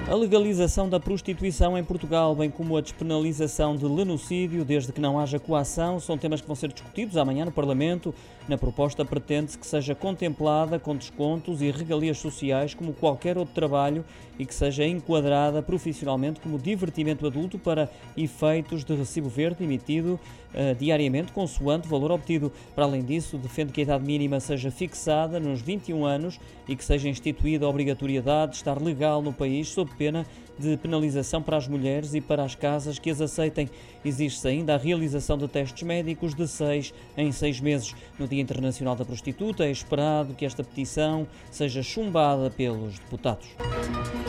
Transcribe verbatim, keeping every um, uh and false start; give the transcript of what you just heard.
A legalização da prostituição em Portugal, bem como a despenalização de lenocídio, desde que não haja coação, são temas que vão ser discutidos amanhã no Parlamento. Na proposta pretende-se que seja contemplada com descontos e regalias sociais como qualquer outro trabalho e que seja enquadrada profissionalmente como divertimento adulto para efeitos de recibo verde emitido uh, diariamente, consoante o valor obtido. Para além disso, defende que a idade mínima seja fixada nos vinte e um anos e que seja instituída a obrigatoriedade de estar legal no país, sob pena de penalização para as mulheres e para as casas que as aceitem. Exige-se ainda a realização de testes médicos de seis em seis meses. No Dia Internacional da Prostituta é esperado que esta petição seja chumbada pelos deputados.